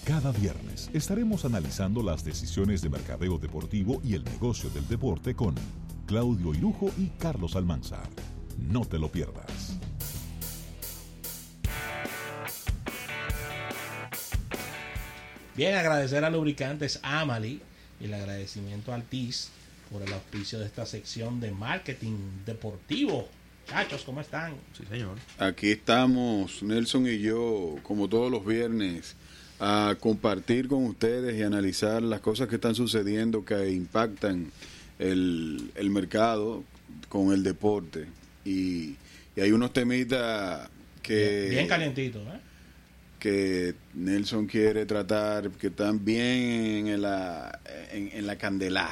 Cada viernes estaremos analizando las decisiones de mercadeo deportivo y el negocio del deporte con Claudio Irujo y Carlos Almanzar. No te lo pierdas. Bien, agradecer a Lubricantes Amali y el agradecimiento al TIS por el auspicio de esta sección de marketing deportivo. Muchachos, ¿cómo están? Sí, señor. Aquí estamos, Nelson y yo, como todos los viernes, a compartir con ustedes y analizar las cosas que están sucediendo que impactan el mercado con el deporte. Y hay unos temitas que... Bien calientitos, ¿eh? Que Nelson quiere tratar, que están bien en la candela.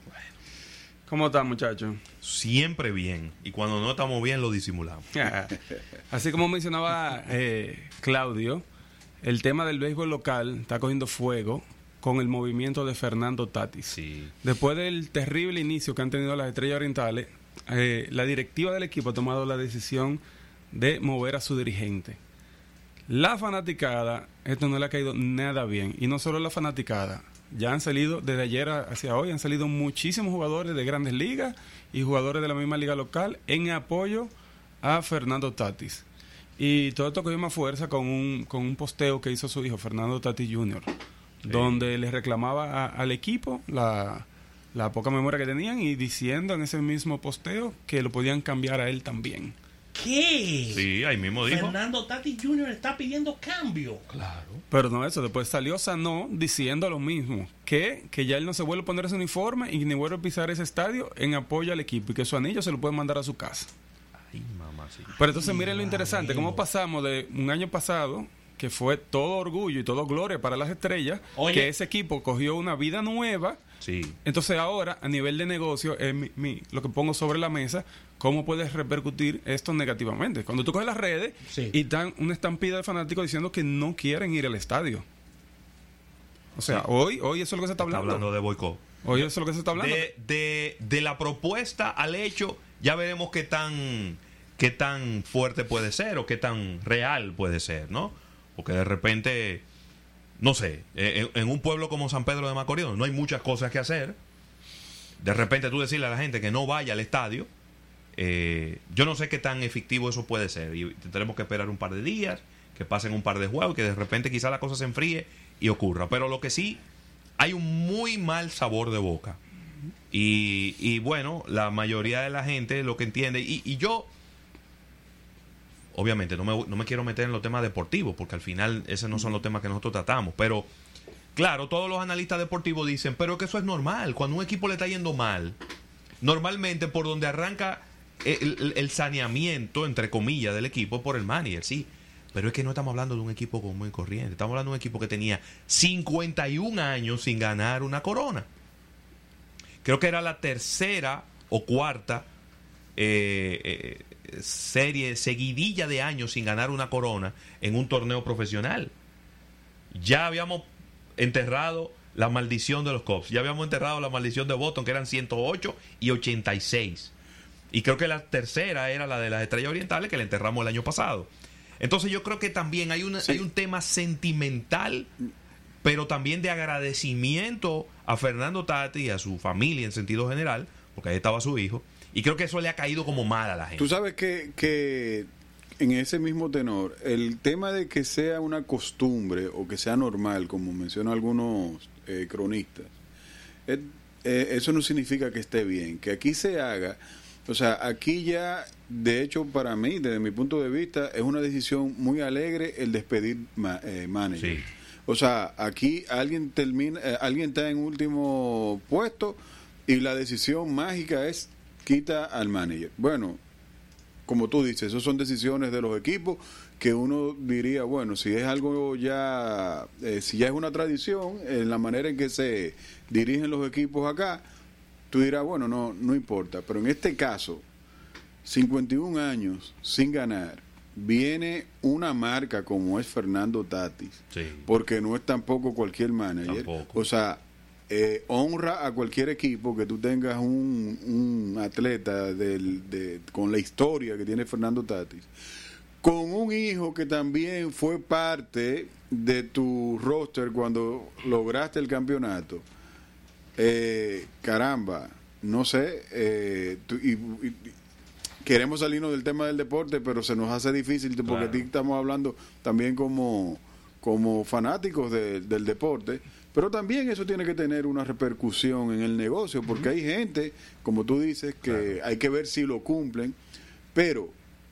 ¿Cómo están, muchachos? Siempre bien. Y cuando no estamos bien, lo disimulamos. Así como mencionaba Claudio, el tema del béisbol local está cogiendo fuego con el movimiento de Fernando Tatis. Sí. Después del terrible inicio que han tenido las Estrellas Orientales, la directiva del equipo ha tomado la decisión de mover a su dirigente. La fanaticada, esto no le ha caído nada bien. Y no solo la fanaticada, ya han salido, desde ayer hacia hoy, han salido muchísimos jugadores de grandes ligas y jugadores de la misma liga local en apoyo a Fernando Tatis. Y todo esto cogió más fuerza con un posteo que hizo su hijo, Fernando Tatis Jr., donde le reclamaba al equipo la poca memoria que tenían y diciendo en ese mismo posteo que lo podían cambiar a él también. ¿Qué? Sí, ahí mismo dijo. Fernando Tatis Jr. está pidiendo cambio. Claro. Pero no eso, después salió Sanó diciendo lo mismo, que ya él no se vuelve a poner ese uniforme y ni vuelve a pisar ese estadio en apoyo al equipo y que su anillo se lo puede mandar a su casa. Ay, mamá, sí. Pero entonces miren lo interesante, cómo pasamos de un año pasado, que fue todo orgullo y todo gloria para las Estrellas, que ese equipo cogió una vida nueva. Sí. Entonces ahora, a nivel de negocio, es lo que pongo sobre la mesa, cómo puedes repercutir esto negativamente. Cuando tú coges las redes y dan una estampida de fanáticos diciendo que no quieren ir al estadio. O sea, hoy eso es lo que se está hablando. Está hablando de boicot. Hoy eso es lo que se está hablando. De la propuesta al hecho, ya veremos qué tan fuerte puede ser o qué tan real puede ser, ¿no? Porque de repente, no sé, en un pueblo como San Pedro de Macorís, no hay muchas cosas que hacer. De repente tú decirle a la gente que no vaya al estadio, yo no sé qué tan efectivo eso puede ser. Y tendremos que esperar un par de días, que pasen un par de juegos, que de repente quizá la cosa se enfríe y ocurra. Pero lo que sí, hay un muy mal sabor de boca. Y bueno, la mayoría de la gente lo que entiende, y yo... Obviamente, no me quiero meter en los temas deportivos, porque al final esos no son los temas que nosotros tratamos. Pero, claro, todos los analistas deportivos dicen, pero que eso es normal. Cuando un equipo le está yendo mal, normalmente por donde arranca el saneamiento, entre comillas, del equipo es por el manager, sí. Pero es que no estamos hablando de un equipo común y corriente. Estamos hablando de un equipo que tenía 51 años sin ganar una corona. Creo que era la tercera o cuarta serie seguidilla de años sin ganar una corona en un torneo profesional. Ya habíamos enterrado la maldición de los Cubs, ya habíamos enterrado la maldición de Boston, que eran 108 y 86, y creo que la tercera era la de las Estrellas Orientales, que la enterramos el año pasado. Entonces yo creo que también hay un tema sentimental, pero también de agradecimiento a Fernando Tatis y a su familia en sentido general, porque ahí estaba su hijo. Y creo que eso le ha caído como mal a la gente. Tú sabes que en ese mismo tenor, el tema de que sea una costumbre o que sea normal, como mencionan algunos cronistas, eso no significa que esté bien. Que aquí se haga, o sea, aquí ya, de hecho, para mí, desde mi punto de vista, es una decisión muy alegre el despedir manager. Sí. O sea, aquí alguien está en último puesto y la decisión mágica es quita al manager. Bueno, como tú dices, esas son decisiones de los equipos que uno diría, bueno, si es algo ya, si ya es una tradición en la manera en que se dirigen los equipos acá, tú dirás, bueno, no importa. Pero en este caso, 51 años sin ganar, viene una marca como es Fernando Tatis, sí, porque no es tampoco cualquier manager. Tampoco. O sea, honra a cualquier equipo que tú tengas un atleta con la historia que tiene Fernando Tatis, con un hijo que también fue parte de tu roster cuando lograste el campeonato, caramba, no sé, queremos salirnos del tema del deporte, pero se nos hace difícil porque Claro. aquí estamos hablando también como fanáticos del deporte, pero también eso tiene que tener una repercusión en el negocio, porque hay gente, como tú dices, que hay que ver si lo cumplen, pero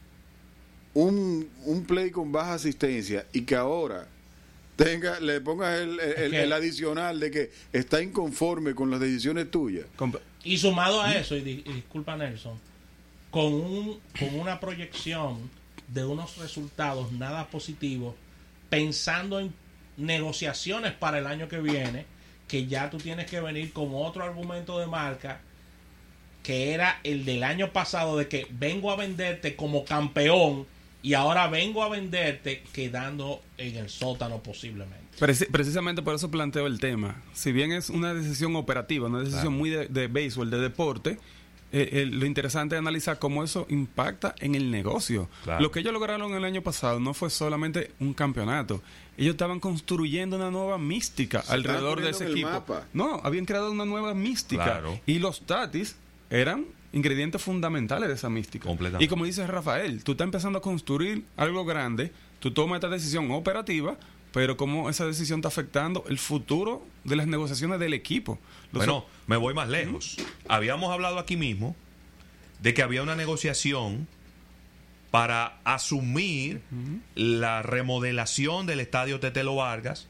un play con baja asistencia y que ahora le pongas el adicional de que está inconforme con las decisiones tuyas. Y sumado a eso, y disculpa Nelson, con una proyección de unos resultados nada positivos, pensando en negociaciones para el año que viene, que ya tú tienes que venir con otro argumento de marca, que era el del año pasado, de que vengo a venderte como campeón y ahora vengo a venderte quedando en el sótano posiblemente. Precisamente por eso planteo el tema. Si bien es una decisión operativa, una decisión muy de béisbol, de deporte, lo interesante es analizar cómo eso impacta en el negocio. Claro. Lo que ellos lograron el año pasado no fue solamente un campeonato. Ellos estaban construyendo una nueva mística alrededor de ese poniendo en el equipo. mapa. No, habían creado una nueva mística. Claro. Y los Tatis eran ingredientes fundamentales de esa mística. Completamente. Y como dice Rafael, tú estás empezando a construir algo grande, tú tomas esta decisión operativa, pero cómo esa decisión está afectando el futuro de las negociaciones del equipo. Bueno, me voy más lejos. Habíamos hablado aquí mismo de que había una negociación para asumir la remodelación del estadio Tetelo Vargas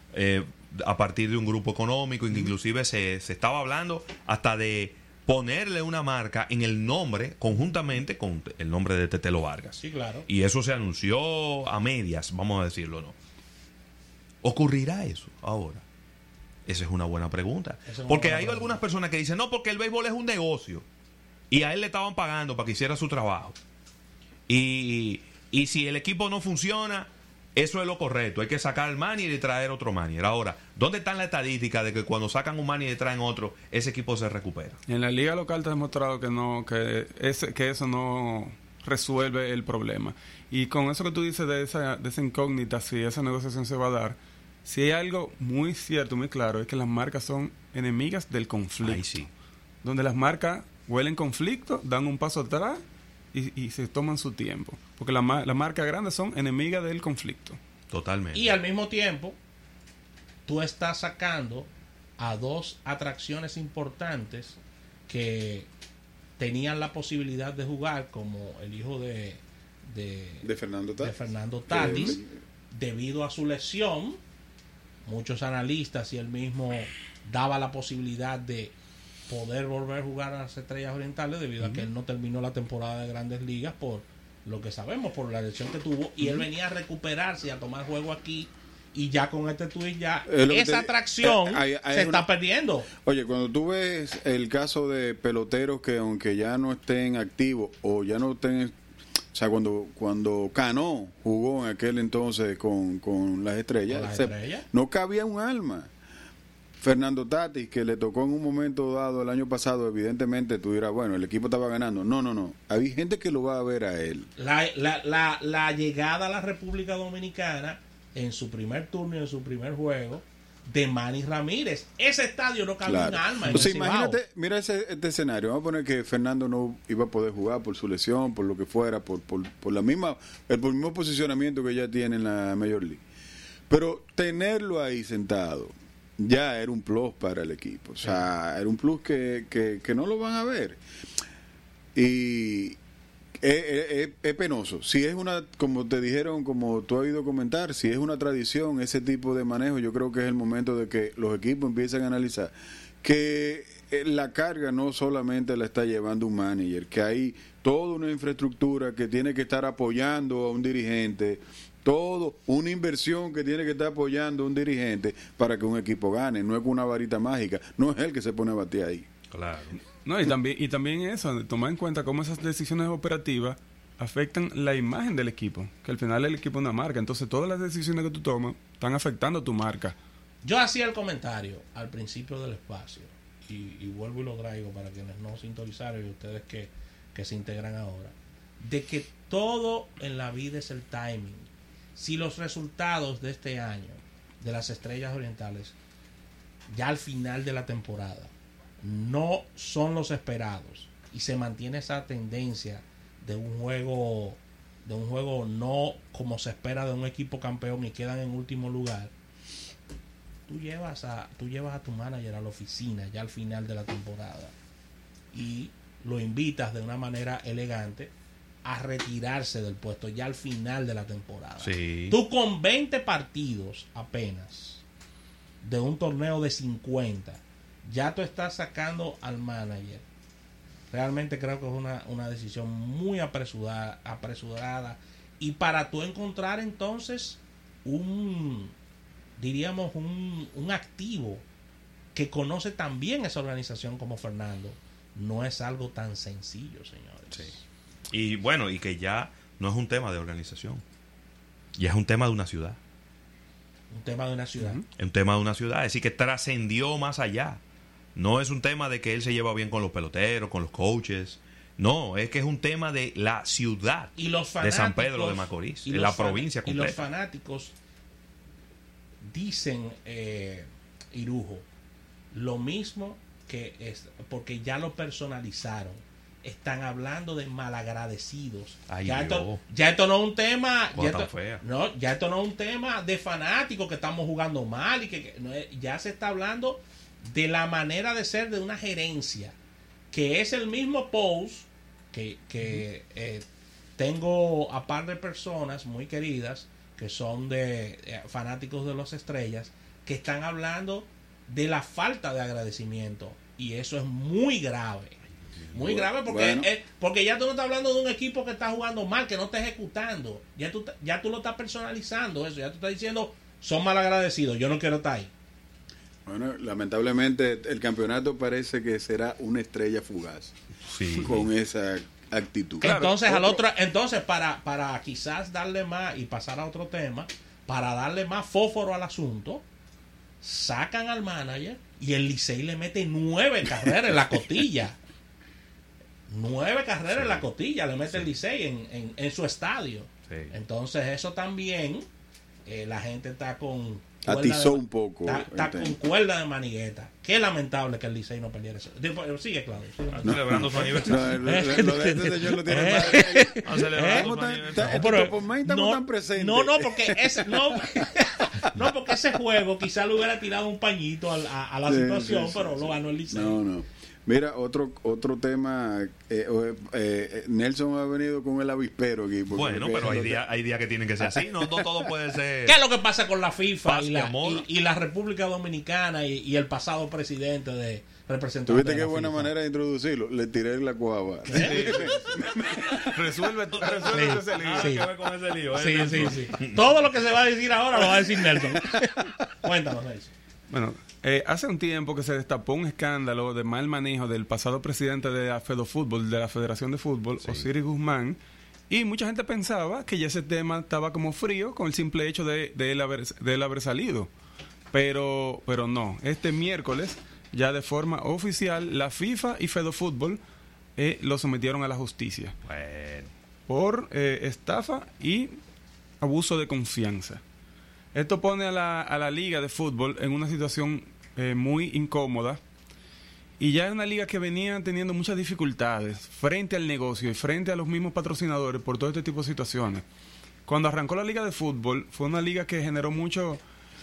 a partir de un grupo económico, inclusive se estaba hablando hasta de ponerle una marca en el nombre, conjuntamente con el nombre de Tetelo Vargas. Sí, claro. Y eso se anunció a medias, vamos a decirlo, ¿no? ¿Ocurrirá eso ahora? Esa es una buena pregunta. Porque hay algunas personas que dicen, no, porque el béisbol es un negocio. Y a él le estaban pagando para que hiciera su trabajo. Y si el equipo no funciona, eso es lo correcto. Hay que sacar al manager y traer otro manager. Ahora, ¿dónde está la estadística de que cuando sacan un manager y traen otro, ese equipo se recupera? En la liga local te ha demostrado que eso no resuelve el problema. Y con eso que tú dices de esa incógnita, si esa negociación se va a dar, si hay algo muy cierto, muy claro, es que las marcas son enemigas del conflicto. Ahí sí. Donde las marcas huelen conflicto, dan un paso atrás y se toman su tiempo. Porque las marcas grandes son enemigas del conflicto. Totalmente. Y al mismo tiempo, tú estás sacando a dos atracciones importantes que tenían la posibilidad de jugar, como el hijo de Fernando Tatis. de Fernando Tatis, debido a su lesión. Muchos analistas y él mismo daba la posibilidad de poder volver a jugar a las Estrellas Orientales debido a que él no terminó la temporada de Grandes Ligas por lo que sabemos, por la lesión que tuvo, y él venía a recuperarse y a tomar juego aquí, y ya con este tweet ya esa atracción hay se está perdiendo. Oye, cuando tú ves el caso de peloteros que aunque ya no estén activos o ya no estén, o sea, cuando Cano jugó en aquel entonces con las Estrellas, no cabía un alma. Fernando Tatis, que le tocó en un momento dado el año pasado, evidentemente tú dirás, bueno, el equipo estaba ganando. No. Hay gente que lo va a ver a él. La llegada a la República Dominicana en su primer turno y en su primer juego de Manny Ramírez. Ese estadio no cabía un alma. O sea, imagínate, mira este escenario. Vamos a poner que Fernando no iba a poder jugar por su lesión, por lo que fuera, por el mismo posicionamiento que ya tiene en la Major League. Pero tenerlo ahí sentado ya era un plus para el equipo. O sea, era un plus que no lo van a ver. Y es penoso. Si es una, como te dijeron, como tú has oído comentar, si es una tradición ese tipo de manejo, yo creo que es el momento de que los equipos empiecen a analizar que la carga no solamente la está llevando un manager, que hay toda una infraestructura que tiene que estar apoyando a un dirigente, una inversión que tiene que estar apoyando a un dirigente para que un equipo gane. No es con una varita mágica, no es él que se pone a batir ahí. Claro. No, y también eso, tomar en cuenta cómo esas decisiones operativas afectan la imagen del equipo, que al final el equipo es una marca, entonces todas las decisiones que tú tomas están afectando tu marca. Yo hacía el comentario al principio del espacio y vuelvo y lo traigo para quienes no sintonizaron y ustedes que se integran ahora, de que todo en la vida es el timing. si los resultados de este año de las Estrellas Orientales, ya al final de la temporada, no son los esperados y se mantiene esa tendencia de un juego no como se espera de un equipo campeón y quedan en último lugar, tú llevas a tu manager a la oficina ya al final de la temporada y lo invitas de una manera elegante a retirarse del puesto ya al final de la temporada. Sí. Tú con 20 partidos apenas de un torneo de 50, ya tú estás sacando al manager. Realmente creo que es una decisión muy apresurada y para tú encontrar entonces un activo que conoce también esa organización como Fernando, no es algo tan sencillo, señores. Sí. Y bueno, y que ya no es un tema de organización, ya es un tema de una ciudad. Un tema de una ciudad. Es un tema de una ciudad, es decir, que trascendió más allá. No es un tema de que él se lleva bien con los peloteros, con los coaches. No, es que es un tema de la ciudad Y los de San Pedro de Macorís, de la provincia Y los completa. fanáticos dicen, Irujo, lo mismo que es, porque ya lo personalizaron. Están hablando de malagradecidos. Ay, ya Dios. esto no es un tema. Cosa tan fea. Ya esto no es un tema de fanáticos que estamos jugando mal y ya se está hablando de la manera de ser de una gerencia, que es el mismo post que tengo a par de personas muy queridas que son de fanáticos de los Estrellas, que están hablando de la falta de agradecimiento, y eso es muy grave. Muy grave porque ya tú no estás hablando de un equipo que está jugando mal, que no está ejecutando. Ya tú lo estás personalizando eso. Ya tú estás diciendo, son mal agradecidos, yo no quiero estar ahí. Bueno, lamentablemente el campeonato parece que será una estrella fugaz Sí. con esa actitud. Entonces para quizás darle más y pasar a otro tema, para darle más fósforo al asunto, sacan al manager y el Licey le mete 9 carreras en la costilla. 9 carreras en la costilla le mete el Licey en su estadio. Sí. Entonces eso también, la gente está con Atizó un poco. está con cuerda de manigueta. Qué lamentable que el Licey no perdiera eso. Sigue, Claudio. Celebrando su aniversario. No, lo de este señor lo tiene mal. Están celebrando su aniversario. Estamos tan presentes. No, porque ese juego quizá le hubiera tirado un pañito a la situación, pero lo ganó el Licey. No. Mira, otro tema. Nelson ha venido con el avispero aquí. Bueno, pero hay días que tienen que ser así. No todo puede ser. ¿Qué es lo que pasa con la FIFA Paz y amor. y la República Dominicana y el pasado presidente de representante? ¿Tuviste de qué la buena FIFA? manera de introducirlo? Le tiré la cuava. Resuelve ese lío. Sí. Que ver con ese lío, Sí. Todo lo que se va a decir ahora lo va a decir Nelson. Cuéntanos, Nelson. Bueno, hace un tiempo que se destapó un escándalo de mal manejo del pasado presidente de la FEDOFútbol, de la Federación de Fútbol, Osiris Guzmán, y mucha gente pensaba que ya ese tema estaba como frío con el simple hecho de él haber salido. Pero no, este miércoles, ya de forma oficial, la FIFA y FEDOFútbol lo sometieron a la justicia Bueno. por estafa y abuso de confianza. Esto pone a la liga de fútbol en una situación muy incómoda, y ya es una liga que venía teniendo muchas dificultades frente al negocio y frente a los mismos patrocinadores por todo este tipo de situaciones. Cuando arrancó la liga de fútbol fue una liga que generó muchas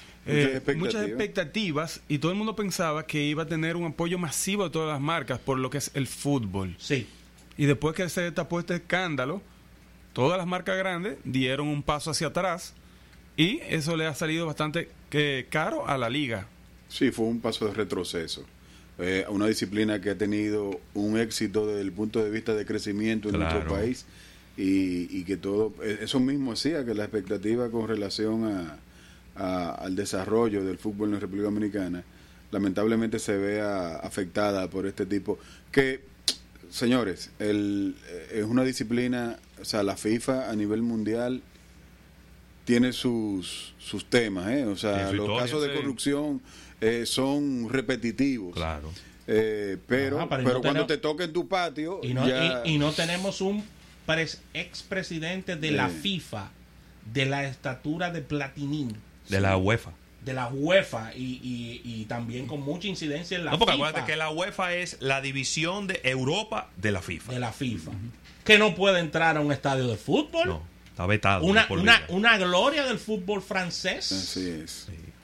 expectativas, y todo el mundo pensaba que iba a tener un apoyo masivo de todas las marcas por lo que es el fútbol. Sí. Y después que se destapó este escándalo, todas las marcas grandes dieron un paso hacia atrás, y eso le ha salido bastante caro a la liga. Sí, fue un paso de retroceso. Una disciplina que ha tenido un éxito desde el punto de vista de crecimiento en nuestro país, y que todo eso mismo hacía que la expectativa con relación al desarrollo del fútbol en la República Dominicana lamentablemente se vea afectada por este tipo que, señores, es una disciplina, o sea, la FIFA a nivel mundial tiene sus temas, o sea, los casos de corrupción son repetitivos. Claro. Pero no cuando te toca en tu patio y no tenemos un expresidente de la FIFA de la estatura de Platini, De la UEFA. de la UEFA y también con mucha incidencia en la No, porque FIFA, acuérdate que la UEFA es la división de Europa de la FIFA. de la FIFA, que no puede entrar a un estadio de fútbol. No, está vetado. Una, por una, vida. una gloria del fútbol francés. Así es.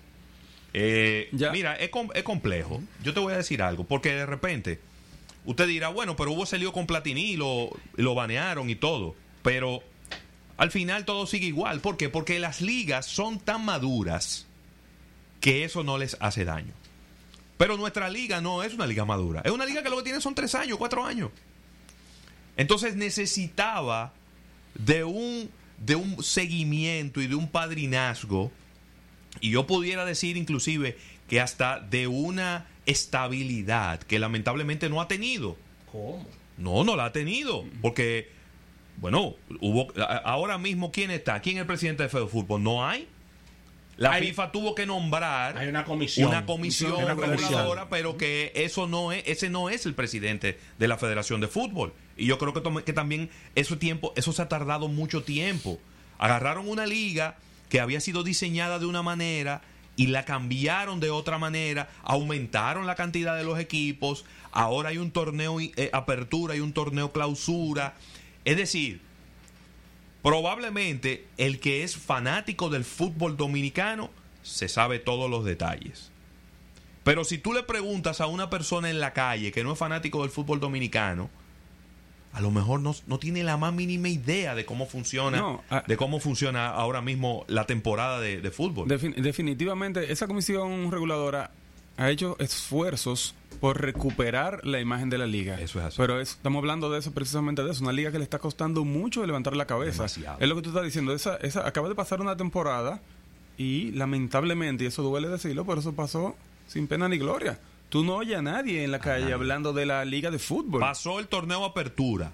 Ya. Mira, es complejo. Yo te voy a decir algo, porque de repente usted dirá, bueno, pero hubo ese lío con Platini y lo banearon y todo. Pero al final todo sigue igual. ¿Por qué? Porque las ligas son tan maduras que eso no les hace daño. Pero nuestra liga no es una liga madura. Es una liga que lo que tiene son 3 años, 4 años. Entonces necesitaba de un seguimiento y de un padrinazgo. Y yo pudiera decir inclusive que hasta de una estabilidad que lamentablemente no ha tenido. ¿Cómo? No la ha tenido. Porque, bueno, ahora mismo, ¿quién está? ¿Quién es el presidente de Fútbol? No hay. La FIFA tuvo que nombrar Hay una comisión. una comisión Una comisión. reguladora, pero que ese no es el presidente de la Federación de Fútbol. Y yo creo que también eso se ha tardado mucho tiempo. Agarraron una liga que había sido diseñada de una manera y la cambiaron de otra manera, aumentaron la cantidad de los equipos, ahora hay un torneo apertura y un torneo clausura. Es decir, probablemente el que es fanático del fútbol dominicano se sabe todos los detalles. Pero si tú le preguntas a una persona en la calle que no es fanático del fútbol dominicano, a lo mejor no tiene la más mínima idea de cómo funciona, de cómo funciona ahora mismo la temporada de fútbol. Definitivamente, esa comisión reguladora ha hecho esfuerzos por recuperar la imagen de la liga. Eso es así. Pero estamos hablando de eso, precisamente de eso. Una liga que le está costando mucho de levantar la cabeza. Demasiado. Es lo que tú estás diciendo. Acaba de pasar una temporada y lamentablemente, y eso duele decirlo, pero eso pasó sin pena ni gloria. Tú no oyes a nadie en la calle hablando de la liga de fútbol. Pasó el torneo apertura.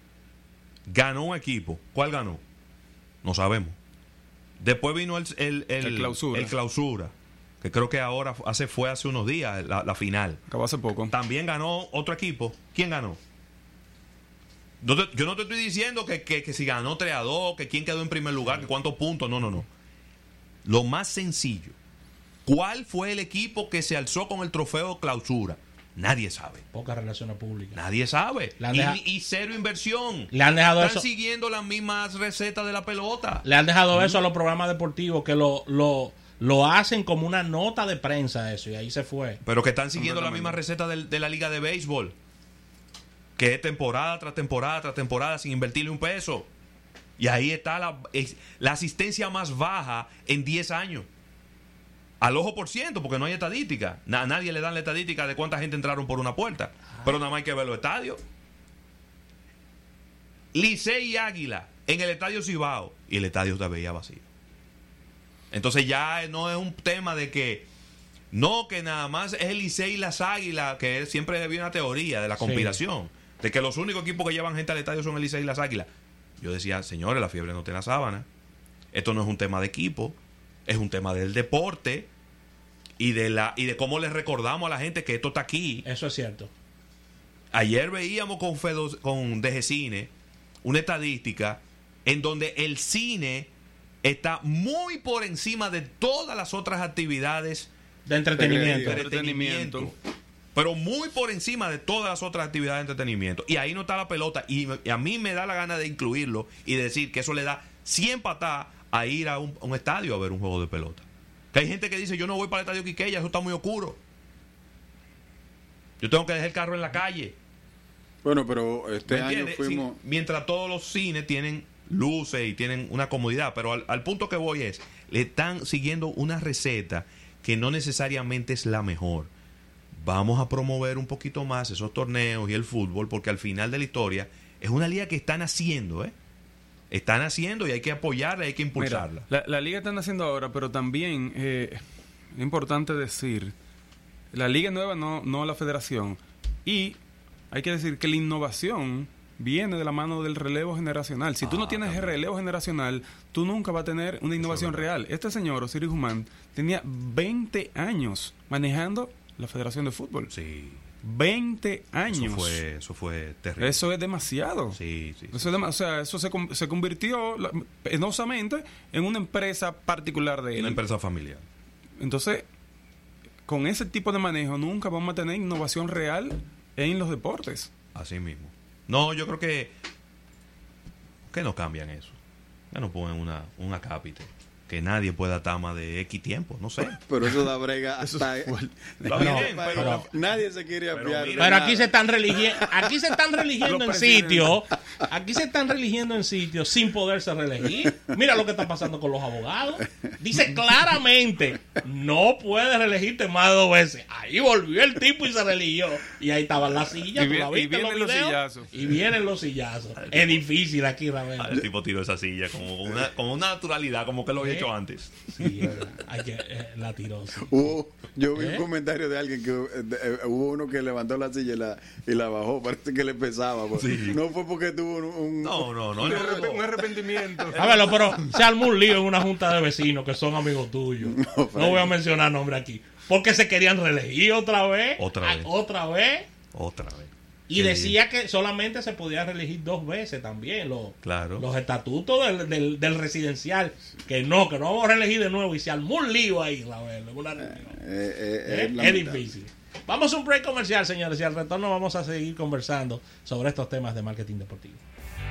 Ganó un equipo. ¿Cuál ganó? No sabemos. Después vino el clausura. El clausura. Que creo que ahora fue hace unos días la final. Acabó hace poco. También ganó otro equipo. ¿Quién ganó? Yo no te estoy diciendo que si ganó 3-2, que quién quedó en primer lugar, que cuántos puntos. No. Lo más sencillo. ¿Cuál fue el equipo que se alzó con el trofeo clausura? Nadie sabe. Pocas relaciones públicas. Nadie sabe. Le han Y cero inversión. Le han dejado Están eso. siguiendo las mismas recetas de la pelota. Le han dejado eso a los programas deportivos que lo hacen como una nota de prensa eso y ahí se fue. Pero que están siguiendo la misma receta de la liga de béisbol. Que es temporada tras temporada tras temporada sin invertirle un peso. Y ahí está la asistencia más baja en 10 años. Al ojo por ciento, porque no hay estadística. A nadie le dan la estadística de cuánta gente entraron por una puerta. Pero nada más hay que ver los estadios. Licey y Águila en el estadio Cibao. Y el estadio se veía vacío. Entonces ya no es un tema de que nada más es el Licey y las Águilas, que siempre había una teoría de la conspiración. De que los únicos equipos que llevan gente al estadio son el Licey y las Águilas. Yo decía, señores, la fiebre no tiene la sábana. Esto no es un tema de equipo. Es un tema del deporte y de cómo le recordamos a la gente que esto está aquí. Eso es cierto. Ayer veíamos con DG Cine una estadística en donde el cine está muy por encima de todas las otras actividades De entretenimiento. de entretenimiento. Pero muy por encima de todas las otras actividades de entretenimiento. Y ahí no está la pelota. Y a mí me da la gana de incluirlo y de decir que eso le da 100 patadas a ir a un estadio a ver un juego de pelota. Que hay gente que dice, yo no voy para el estadio Quiqueya, eso está muy oscuro. Yo tengo que dejar el carro en la calle. Bueno, pero este ¿Me año entiendes? fuimos... Mientras todos los cines tienen luces y tienen una comodidad, pero al punto que voy es, le están siguiendo una receta que no necesariamente es la mejor. Vamos a promover un poquito más esos torneos y el fútbol, porque al final de la historia es una liga que están haciendo, Están haciendo y hay que apoyarla, hay que impulsarla. Mira, la liga están haciendo ahora, pero también es importante decir, la liga nueva no la federación. Y hay que decir que la innovación viene de la mano del relevo generacional. Si tú no tienes el relevo generacional, tú nunca vas a tener una innovación real. Este señor, Osiris Humán, tenía 20 años manejando la Federación de Fútbol. Sí. 20 años. Eso fue terrible. Eso es demasiado. Sí, sí. Eso, o sea, eso se convirtió penosamente en una empresa particular de él. Una empresa familiar. Entonces, con ese tipo de manejo nunca vamos a tener innovación real en los deportes. Así mismo. No, yo creo que no cambian eso. Ya no ponen un acápite. Que nadie pueda estar más de X tiempo, no sé. Pero eso da brega hasta... Está bien, pero nadie se quiere apiar. Pero aquí se están religiendo en sitios. Aquí se están religiendo en sitios sin poderse reelegir. Mira lo que está pasando con los abogados. Dice claramente, no puedes reelegirte más de 2 veces. Ahí volvió el tipo y se religió. Y ahí estaban las sillas. Y vienen los sillazos. Y vienen los sillazos. Es difícil aquí, Ravel. el tipo tiró esa silla como una naturalidad, como que lo había hecho antes. Sí, la tiró. Sí. Yo vi un comentario de alguien que hubo uno que levantó la silla y la bajó. Parece que le pesaba. Pues. Sí. No fue porque tuvo un Un arrepentimiento. A ver, pero se armó un lío en una junta de vecinos que son amigos tuyos. No voy a mencionar nombre aquí. Porque se querían reelegir otra vez. Otra vez. Y decía que solamente se podía reelegir 2 veces también los estatutos del residencial. Que no vamos a reelegir de nuevo. Y se armó un lío ahí, Ravel, en una reunión. Es difícil. Vamos a un break comercial, señores. Y al retorno vamos a seguir conversando sobre estos temas de marketing deportivo.